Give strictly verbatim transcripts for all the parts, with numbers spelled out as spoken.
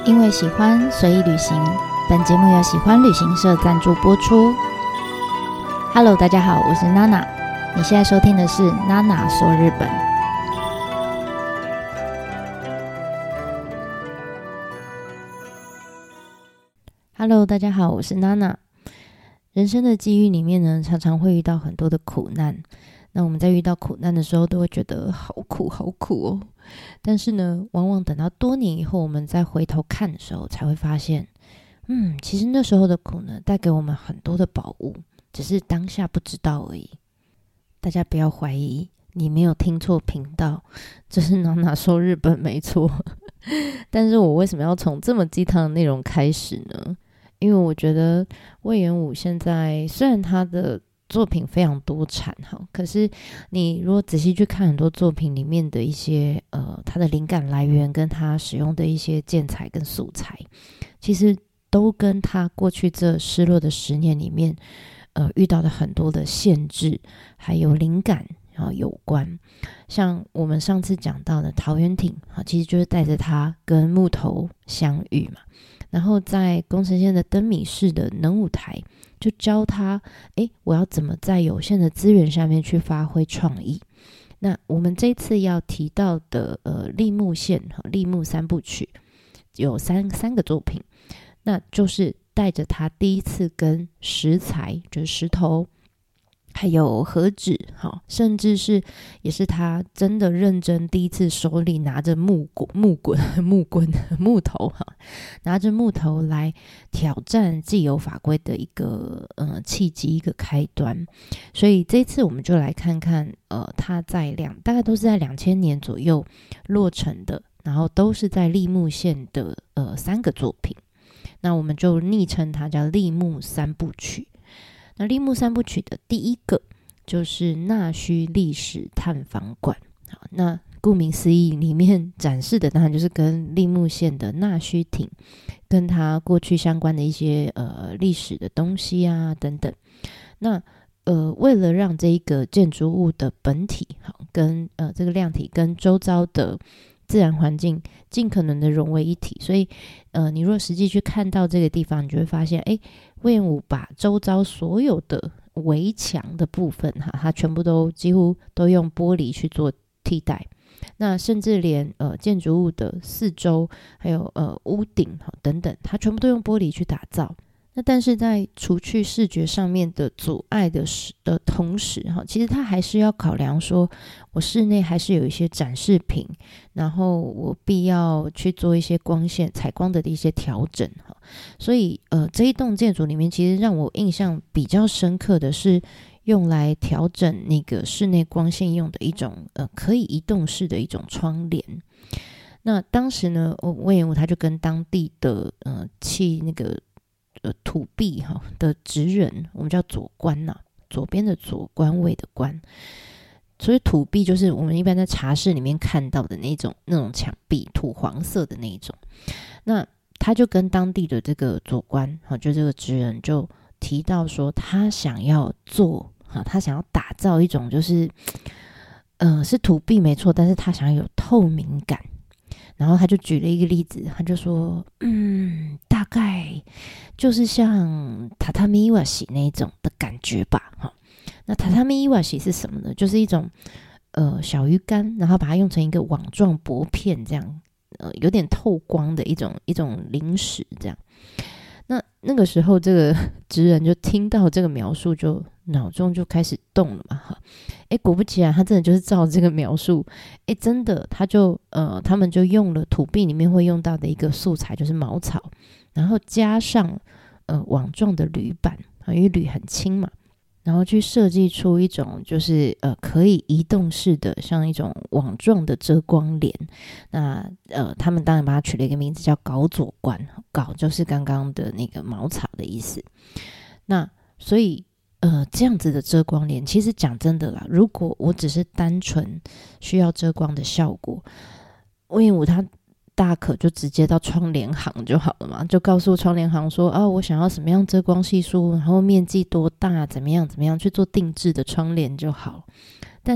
因为喜欢随意旅行，本节目由喜欢旅行社赞助播出。Hello， 大家好，我是娜娜，你现在收听的是娜娜说日本。Hello， 大家好，我是娜娜。人生的际遇里面呢，常常会遇到很多的苦难。那我们在遇到苦难的时候，都会觉得好苦好苦哦。但是呢，往往等到多年以后，我们再回头看的时候，才会发现，嗯，其实那时候的苦呢，带给我们很多的宝物，只是当下不知道而已。大家不要怀疑，你没有听错频道，这是娜娜说日本没错。但是我为什么要从这么鸡汤的内容开始呢？因为我觉得隈研吾现在虽然他的作品非常多产，可是你如果仔细去看很多作品里面的一些呃，他的灵感来源跟他使用的一些建材跟素材，其实都跟他过去这失落的十年里面呃遇到的很多的限制还有灵感然后有关。像我们上次讲到的桃源町，其实就是带着他跟木头相遇嘛，然后在宫城县的灯米市的能舞台就教他，诶，我要怎么在有限的资源下面去发挥创意。那我们这次要提到的呃立木县立木三部曲有三三个作品，那就是带着他第一次跟石材，就是石头还有和纸，甚至是也是他真的认真第一次手里拿着木棍木棍木棍木头拿着木头来挑战既有法规的一个呃契机，一个开端。所以这次我们就来看看呃他在两大概都是在两千年左右落成的，然后都是在立木县的呃三个作品，那我们就昵称它叫立木三部曲。那立木三部曲的第一个就是纳须历史探访馆。好，那顾名思义，里面展示的当然就是跟立木县的纳须町跟它过去相关的一些呃历史的东西啊等等。那呃为了让这一个建筑物的本体好跟呃这个量体跟周遭的自然环境尽可能的融为一体，所以呃，你如果实际去看到这个地方，你就会发现，哎，隈研吾把周遭所有的围墙的部分哈，它全部都几乎都用玻璃去做替代，那甚至连呃建筑物的四周还有呃屋顶等等，它全部都用玻璃去打造。那但是在除去视觉上面的阻碍的时的同时哈，其实它还是要考量说，我室内还是有一些展示品，然后我必要去做一些光线采光的一些调整哈。所以呃这一栋建筑里面，其实让我印象比较深刻的是用来调整那个室内光线用的一种呃可以移动式的一种窗帘。那当时呢，隈研吾他就跟当地的呃砌那个呃土壁哈的职人，我们叫左官呐、啊，左边的左，官位的官。所以土壁就是我们一般在茶室里面看到的那种那种墙壁，土黄色的那一种。那他就跟当地的这个左官，就这个职人就提到说，他想要做，他想要打造一种就是，呃，是土壁没错，但是他想要有透明感。然后他就举了一个例子，他就说，嗯，大概就是像榻榻米瓦西那一种的感觉吧。那榻榻米瓦西是什么呢？就是一种呃小鱼干，然后把它用成一个网状薄片，这样呃有点透光的一种一种零食这样。那那个时候，这个职人就听到这个描述，就脑中就开始动了嘛，哈，哎，果不其然，他真的就是照这个描述，哎，真的，他就呃，他们就用了土壁里面会用到的一个素材，就是茅草，然后加上呃网状的铝板，因为铝很轻嘛，然后去设计出一种就是呃可以移动式的，像一种网状的遮光帘。那呃，他们当然把它取了一个名字叫搞左官，搞就是刚刚的那个茅草的意思。那所以呃，这样子的遮光帘，其实讲真的啦，如果我只是单纯需要遮光的效果，隈研吾他大可就直接到窗帘行就好了嘛，就告诉窗帘行说，啊，我想要什么样遮光系数，然后面积多大，怎么样怎么样去做定制的窗帘就好。但他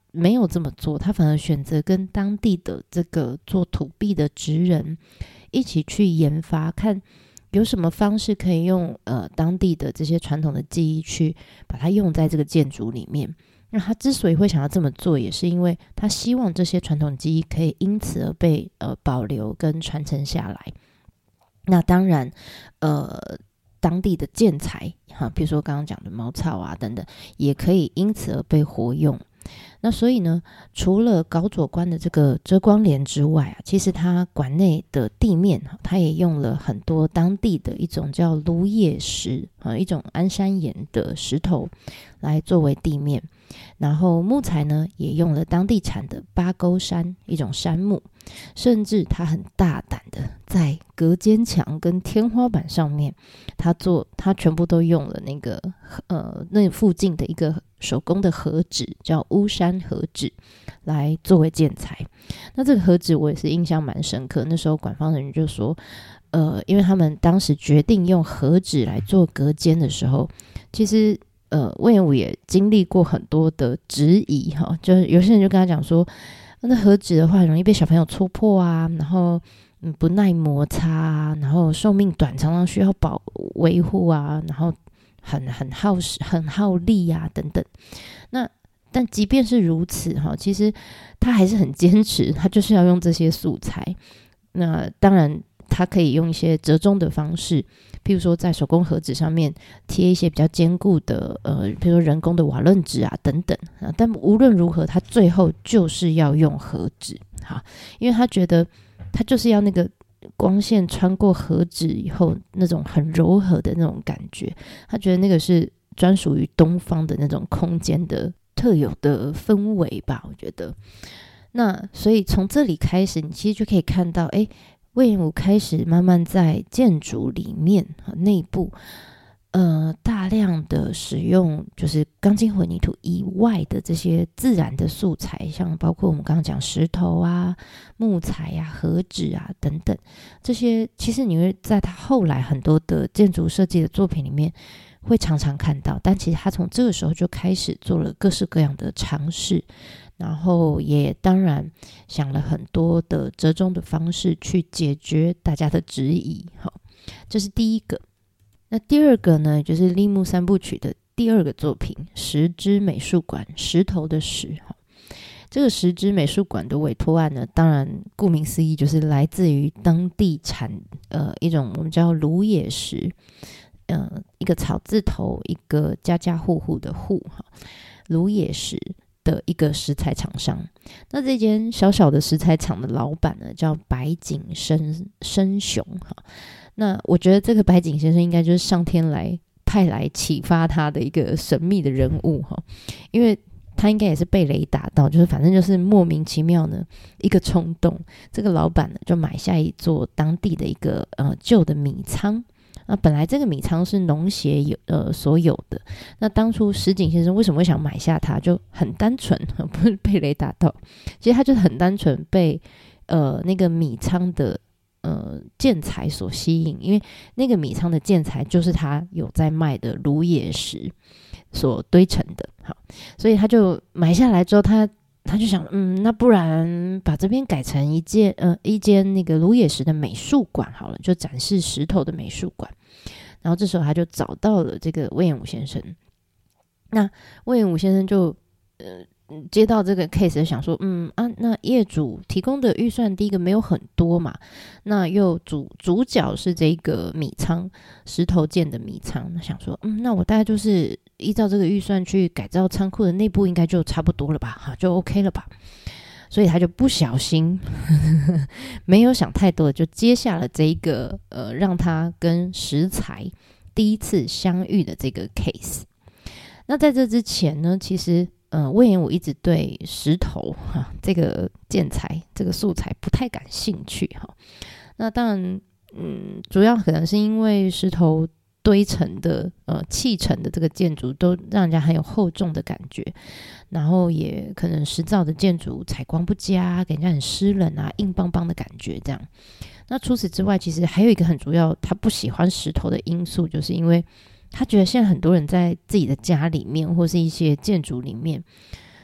没有这么做，他反而选择跟当地的这个做土壁的职人一起去研发，看有什么方式可以用呃当地的这些传统的技艺去把它用在这个建筑里面。那他之所以会想要这么做，也是因为他希望这些传统技艺可以因此而被呃保留跟传承下来。那当然呃当地的建材哈，比如说刚刚讲的茅草啊等等，也可以因此而被活用。那所以呢，除了高佐关的这个遮光帘之外啊，其实它馆内的地面它也用了很多当地的一种叫芦叶石啊，一种安山岩的石头来作为地面。然后木材呢，也用了当地产的八沟山一种杉木，甚至它很大胆的在隔间墙跟天花板上面，它做它全部都用了那个呃那附近的一个手工的和纸，叫乌山和纸来作为建材。那这个和纸我也是印象蛮深刻，那时候馆方的人就说，呃，因为他们当时决定用和纸来做隔间的时候，其实。呃，魏延武也经历过很多的质疑哈，就是有些人就跟他讲说，那和纸的话容易被小朋友戳破啊，然后嗯不耐摩擦啊，然后寿命短，常常需要保维护啊，然后很很耗时、很耗力啊等等。那但即便是如此哈，其实他还是很坚持，他就是要用这些素材。那当然。它可以用一些折中的方式，譬如说在手工盒子上面贴一些比较坚固的呃，譬如说人工的瓦楞纸啊等等啊，但无论如何他最后就是要用盒纸，好，因为他觉得他就是要那个光线穿过盒纸以后那种很柔和的那种感觉，他觉得那个是专属于东方的那种空间的特有的氛围吧，我觉得。那所以从这里开始你其实就可以看到诶魏延武开始慢慢在建筑里面内部呃大量的使用就是钢筋混凝土以外的这些自然的素材，像包括我们刚刚讲石头啊、木材啊、和纸啊等等，这些其实你会在他后来很多的建筑设计的作品里面会常常看到，但其实他从这个时候就开始做了各式各样的尝试，然后也当然想了很多的折中的方式去解决大家的质疑。好，这是第一个。那第二个呢，就是立木三部曲的第二个作品石之美术馆，石头的石。这个石之美术馆的委托案呢，当然顾名思义就是来自于当地产呃一种我们叫芦叶石，呃一个草字头一个家家户户的户，芦叶石的一个石材厂商。那这间小小的石材厂的老板呢，叫白井生生雄。那我觉得这个白井先生应该就是上天来派来启发他的一个神秘的人物，因为他应该也是被雷打到，就是反正就是莫名其妙呢一个冲动，这个老板呢就买下一座当地的一个呃旧的米仓。那本来这个米仓是农协有呃所有的，那当初石井先生为什么会想买下它，就很单纯，不是被雷打到，其实他就很单纯被呃那个米仓的呃建材所吸引，因为那个米仓的建材就是他有在卖的芦叶石所堆成的，好，所以他就买下来之后，他他就想，嗯，那不然把这边改成一间呃一间那个芦叶石的美术馆好了，就展示石头的美术馆。然后这时候他就找到了这个魏延武先生，那魏延武先生就呃接到这个 case 想说，嗯啊，那业主提供的预算第一个没有很多嘛，那又主主角是这个米仓石头建的米仓，想说，嗯，那我大概就是依照这个预算去改造仓库的内部，应该就差不多了吧，哈，就 OK 了吧。所以他就不小心呵呵没有想太多的就接下了这一个呃让他跟石材第一次相遇的这个 case。 那在这之前呢，其实呃魏延武一直对石头哈这个建材这个素材不太感兴趣哈。那当然嗯主要可能是因为石头堆成的呃砌成的这个建筑都让人家很有厚重的感觉，然后也可能石造的建筑采光不佳，给人家很湿冷啊硬邦邦的感觉这样。那除此之外，其实还有一个很主要他不喜欢石头的因素，就是因为他觉得现在很多人在自己的家里面或是一些建筑里面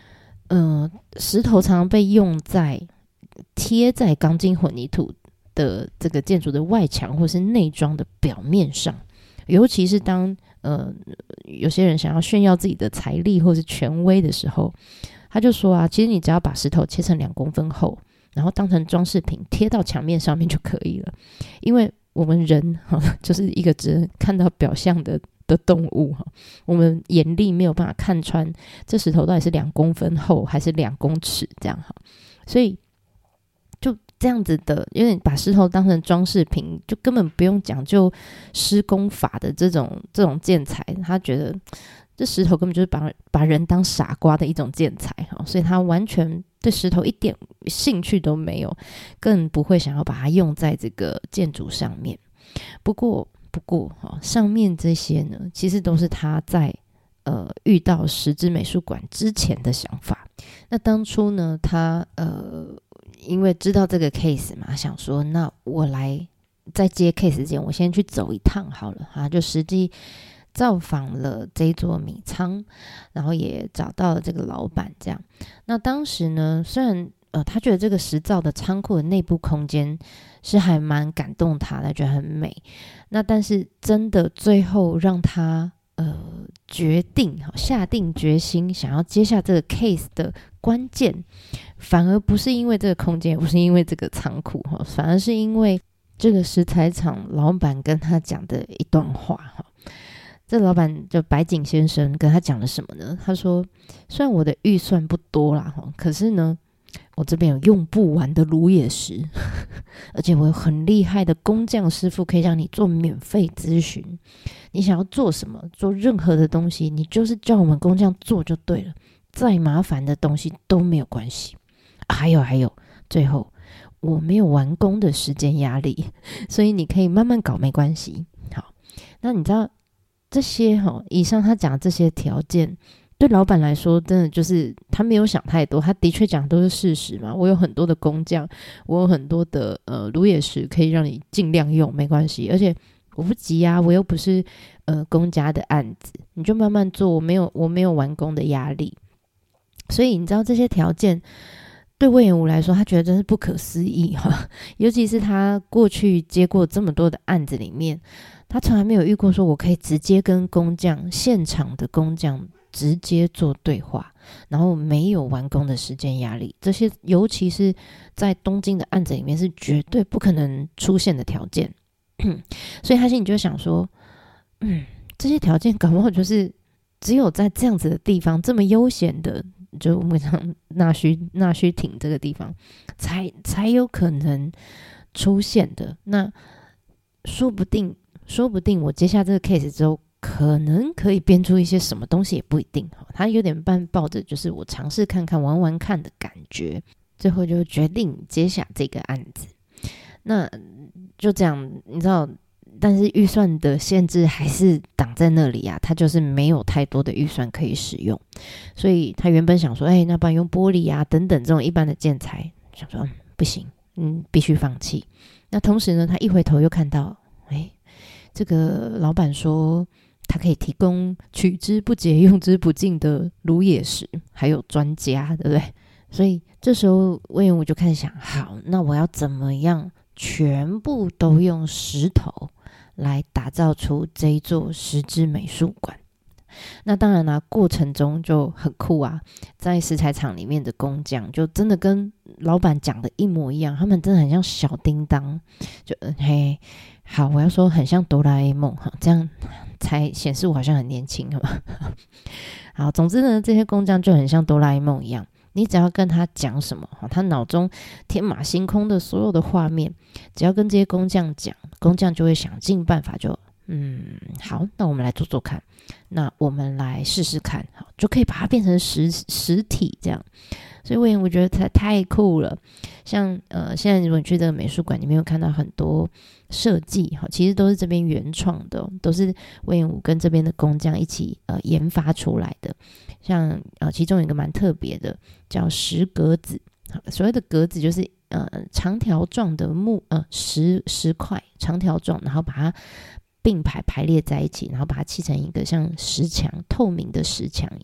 呃，石头常常被用在贴在钢筋混凝土的这个建筑的外墙或是内装的表面上，尤其是当呃有些人想要炫耀自己的财力或是权威的时候，他就说啊，其实你只要把石头切成两公分厚，然后当成装饰品贴到墙面上面就可以了。因为我们人就是一个只能看到表象的的动物，我们眼力没有办法看穿这石头到底是两公分厚还是两公尺这样，所以就这样子的，因为把石头当成装饰品，就根本不用讲究施工法的这种这种建材，他觉得这石头根本就是把把人当傻瓜的一种建材，所以他完全对石头一点兴趣都没有，更不会想要把它用在这个建筑上面。不过不过上面这些呢，其实都是他在呃遇到石之美术馆之前的想法。那当初呢，他呃因为知道这个 case 嘛，想说那我来在接 case 之前，我先去走一趟好了，他就实际造访了这一座米仓，然后也找到了这个老板这样。那当时呢，虽然呃他觉得这个石造的仓库的内部空间是还蛮感动他的，觉得很美，那但是真的最后让他呃决定下定决心想要接下这个 case 的关键，反而不是因为这个空间，也不是因为这个仓库，反而是因为这个石材厂老板跟他讲的一段话。这老板就白井先生跟他讲了什么呢？他说，虽然我的预算不多啦，可是呢我这边有用不完的芦野石而且我有很厉害的工匠师傅可以让你做免费咨询，你想要做什么，做任何的东西，你就是叫我们工匠做就对了，再麻烦的东西都没有关系、啊、还有还有最后我没有完工的时间压力，所以你可以慢慢搞没关系。好，那你知道这些、哦、以上他讲的这些条件对老板来说真的就是他没有想太多，他的确讲的都是事实嘛。我有很多的工匠，我有很多的呃芦野石可以让你尽量用，没关系，而且我不急啊，我又不是呃公家的案子，你就慢慢做，我没有我没有完工的压力。所以你知道这些条件对隈研吾来说他觉得真是不可思议哈，尤其是他过去接过这么多的案子里面，他从来没有遇过说我可以直接跟工匠现场的工匠直接做对话，然后没有完工的时间压力，这些尤其是在东京的案子里面是绝对不可能出现的条件所以他心里就想说嗯，这些条件搞不好就是只有在这样子的地方，这么悠闲的，就我们讲纳须纳须町这个地方才才有可能出现的。那说不定说不定我接下这个 case 之后可能可以编出一些什么东西也不一定，他有点半抱着就是我尝试看看玩玩看的感觉，最后就决定接下这个案子。那就这样你知道，但是预算的限制还是挡在那里啊，他就是没有太多的预算可以使用，所以他原本想说哎，那不然用玻璃啊等等这种一般的建材，想说、嗯、不行，嗯，必须放弃。那同时呢，他一回头又看到哎，这个老板说他可以提供取之不竭用之不尽的芦野石，还有专家，对不对？所以这时候隈研吾就开始想，好，那我要怎么样全部都用石头来打造出这一座石之美术馆。那当然啦、啊，过程中就很酷啊，在石材厂里面的工匠就真的跟老板讲的一模一样，他们真的很像小叮当，就嘿，好，我要说很像哆啦 A 梦，这样才显示我好像很年轻好，总之呢，这些工匠就很像哆啦 A 梦一样，你只要跟他讲什么，他脑中天马行空的所有的画面，只要跟这些工匠讲，工匠就会想尽办法就嗯，好，那我们来做做看，那我们来试试看，好，就可以把它变成实实体这样。所以隈研吾觉得太太酷了。像呃，现在如果你去这个美术馆，你没有看到很多设计，其实都是这边原创的、哦，都是隈研吾跟这边的工匠一起呃研发出来的。像呃，其中有一个蛮特别的，叫石格子。所谓的格子就是呃长条状的木呃石石块，长条状，然后把它并排排列在一起，然后把它砌成一个像石墙，透明的石墙一样。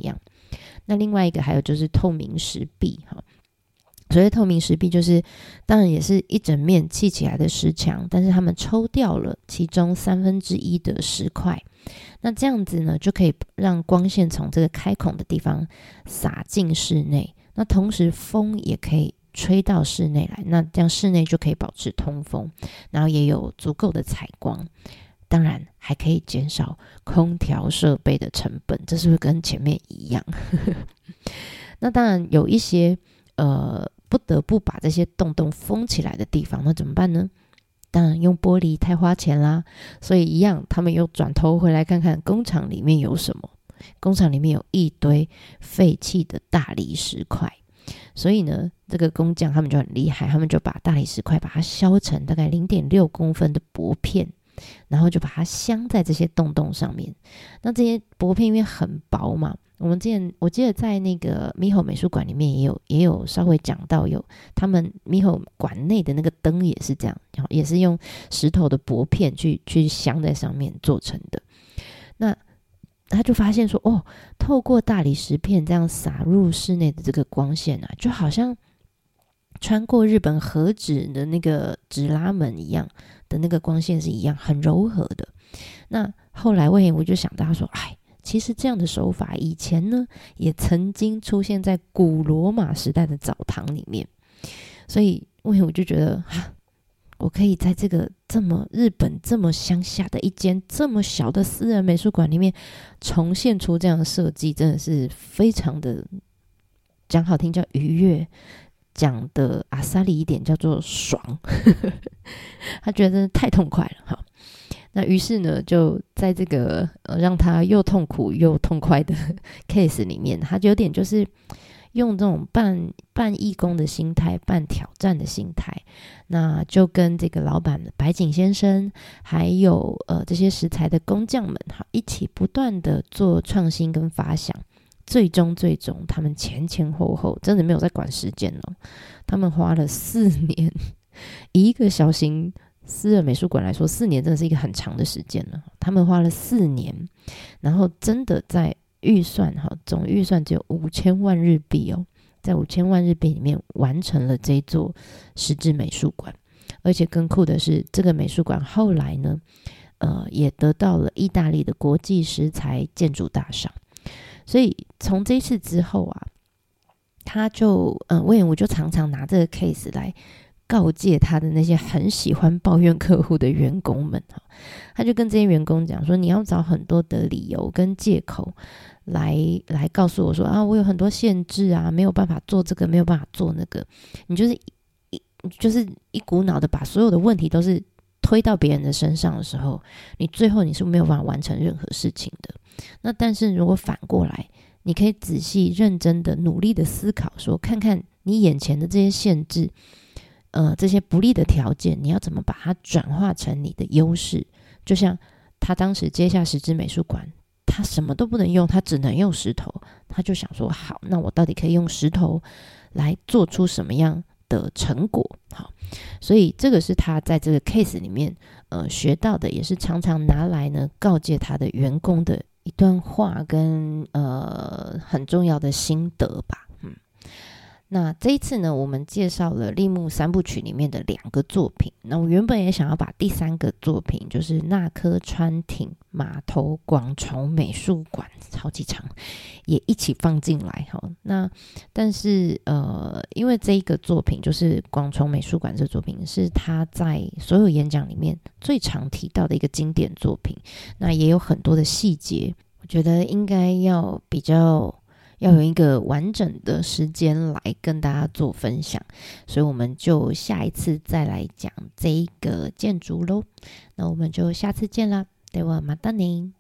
那另外一个还有就是透明石壁哈。所谓透明石壁就是当然也是一整面砌起来的石墙，但是他们抽掉了其中三分之一的石块，那这样子呢就可以让光线从这个开孔的地方洒进室内，那同时风也可以吹到室内来，那这样室内就可以保持通风，然后也有足够的采光，当然还可以减少空调设备的成本，这是不是跟前面一样？那当然有一些呃不得不把这些洞洞封起来的地方，那怎么办呢？当然用玻璃太花钱啦，所以一样他们又转头回来看看工厂里面有什么。工厂里面有一堆废弃的大理石块，所以呢这个工匠他们就很厉害，他们就把大理石块把它削成大概 零点六公分的薄片，然后就把它镶在这些洞洞上面。那这些薄片因为很薄嘛，我们之前我记得在那个猕猴美术馆里面也有也有稍微讲到，有他们猕猴馆内的那个灯也是这样，也是用石头的薄片去去镶在上面做成的。那他就发现说，哦，透过大理石片这样洒入室内的这个光线啊，就好像穿过日本和纸的那个纸拉门一样的那个光线是一样很柔和的。那后来魏延武就想到，他说，哎，其实这样的手法以前呢也曾经出现在古罗马时代的澡堂里面，所以魏延武就觉得，啊，我可以在这个这么日本这么乡下的一间这么小的私人美术馆里面重现出这样的设计，真的是非常的，讲好听叫愉悦，讲的阿萨里一点叫做爽他觉得太痛快了。好，那于是呢就在这个、呃、让他又痛苦又痛快的 case 里面，他就有点就是用这种半半义工的心态，半挑战的心态，那就跟这个老板白井先生还有呃这些食材的工匠们好一起不断的做创新跟发想，最终最终他们前前后后真的没有在管时间哦，他们花了四年，以一个小型私人美术馆来说，四年真的是一个很长的时间了，他们花了四年，然后真的在预算哈，总预算只有五千万日币哦，在五千万日币里面完成了这一座石质美术馆，而且更酷的是，这个美术馆后来呢，呃，也得到了意大利的国际石材建筑大赏。所以从这一次之后啊，他就呃，魏延武就常常拿这个 case 来告诫他的那些很喜欢抱怨客户的员工们，他就跟这些员工讲说，你要找很多的理由跟借口来来告诉我说啊，我有很多限制啊，没有办法做这个，没有办法做那个，你就是一就是一股脑的把所有的问题都是推到别人的身上的时候，你最后你是没有办法完成任何事情的。那但是如果反过来，你可以仔细认真的努力的思考说，看看你眼前的这些限制，呃，这些不利的条件，你要怎么把它转化成你的优势。就像他当时接下石质美术馆，他什么都不能用，他只能用石头，他就想说，好，那我到底可以用石头来做出什么样的成果。好，所以这个是他在这个 case 里面呃学到的，也是常常拿来呢告诫他的员工的一段话跟呃很重要的心得吧。嗯，那这一次呢，我们介绍了立木三部曲里面的两个作品。那我原本也想要把第三个作品，就是那珂川町码头广重美术馆，超级长，也一起放进来。那但是呃，因为这一个作品就是广重美术馆这作品是他在所有演讲里面最常提到的一个经典作品，那也有很多的细节，我觉得应该要比较要有一个完整的时间来跟大家做分享，所以我们就下一次再来讲这一个建筑咯。那我们就下次见啦，ではまたね。